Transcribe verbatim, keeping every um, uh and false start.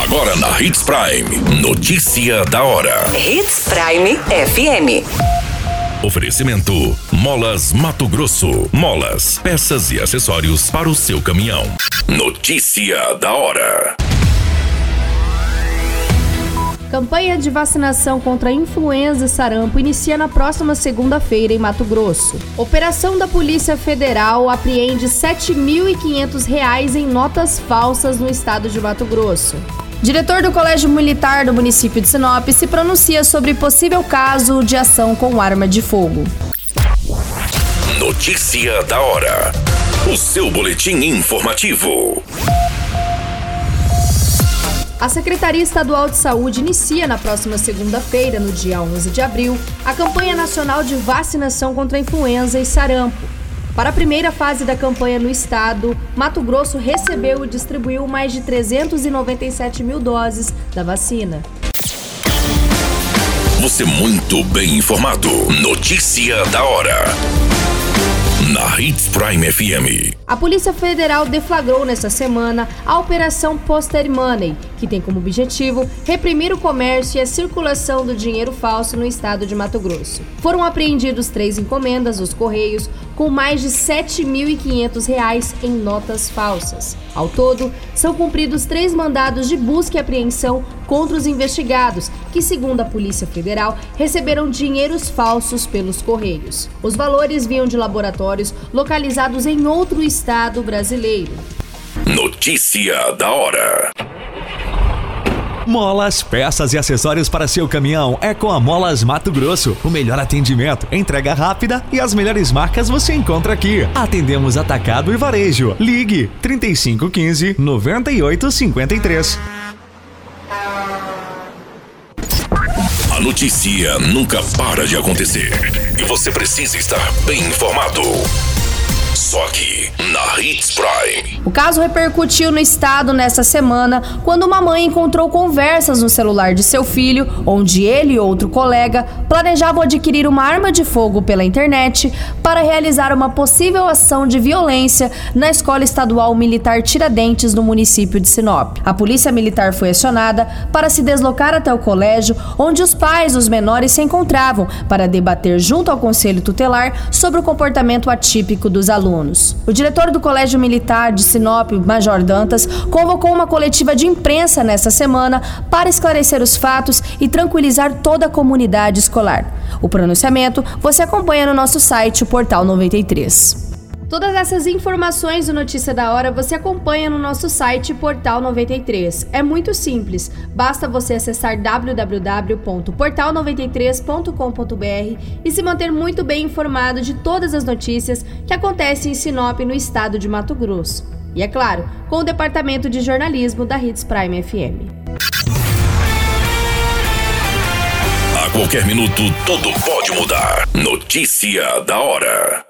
Agora na Hits Prime. Notícia da hora. Hits Prime F M. Oferecimento: Molas Mato Grosso. Molas, peças e acessórios para o seu caminhão. Notícia da hora. Campanha de vacinação contra influenza e sarampo inicia na próxima segunda-feira em Mato Grosso. Operação da Polícia Federal apreende sete mil e quinhentos reais em notas falsas no estado de Mato Grosso. Diretor do Colégio Militar do município de Sinop se pronuncia sobre possível caso de ação com arma de fogo. Notícia da hora. O seu boletim informativo. A Secretaria Estadual de Saúde inicia na próxima segunda-feira, no dia onze de abril, a campanha nacional de vacinação contra a influenza e sarampo. Para a primeira fase da campanha no estado, Mato Grosso recebeu e distribuiu mais de trezentos e noventa e sete mil doses da vacina. Você muito bem informado. Notícia da hora. Na Hits Prime F M. A Polícia Federal deflagrou nesta semana a Operação Poster Money, que tem como objetivo reprimir o comércio e a circulação do dinheiro falso no estado de Mato Grosso. Foram apreendidos três encomendas dos Correios com mais de sete mil e quinhentos reais em notas falsas. Ao todo, são cumpridos três mandados de busca e apreensão contra os investigados, que, segundo a Polícia Federal, receberam dinheiros falsos pelos Correios. Os valores vinham de laboratórios localizados em outro estado brasileiro. Notícia da hora. Molas, peças e acessórios para seu caminhão é com a Molas Mato Grosso. O melhor atendimento, entrega rápida e as melhores marcas você encontra aqui. Atendemos atacado e varejo. Ligue trinta e cinco quinze, noventa e oito cinquenta e três. A notícia nunca para de acontecer e você precisa estar bem informado. Só aqui, na Hits Prime. O caso repercutiu no estado nesta semana, quando uma mãe encontrou conversas no celular de seu filho, onde ele e outro colega planejavam adquirir uma arma de fogo pela internet para realizar uma possível ação de violência na Escola Estadual Militar Tiradentes, no município de Sinop. A polícia militar foi acionada para se deslocar até o colégio, onde os pais dos menores se encontravam, para debater junto ao Conselho Tutelar sobre o comportamento atípico dos alunos. O diretor do Colégio Militar de Sinop, Major Dantas, convocou uma coletiva de imprensa nesta semana para esclarecer os fatos e tranquilizar toda a comunidade escolar. O pronunciamento você acompanha no nosso site, o Portal noventa e três. Todas essas informações do Notícia da Hora você acompanha no nosso site Portal noventa e três. É muito simples, basta você acessar w w w ponto portal noventa e três ponto com ponto b r e se manter muito bem informado de todas as notícias que acontecem em Sinop, no estado de Mato Grosso. E é claro, com o departamento de jornalismo da Hits Prime F M. A qualquer minuto, tudo pode mudar. Notícia da hora.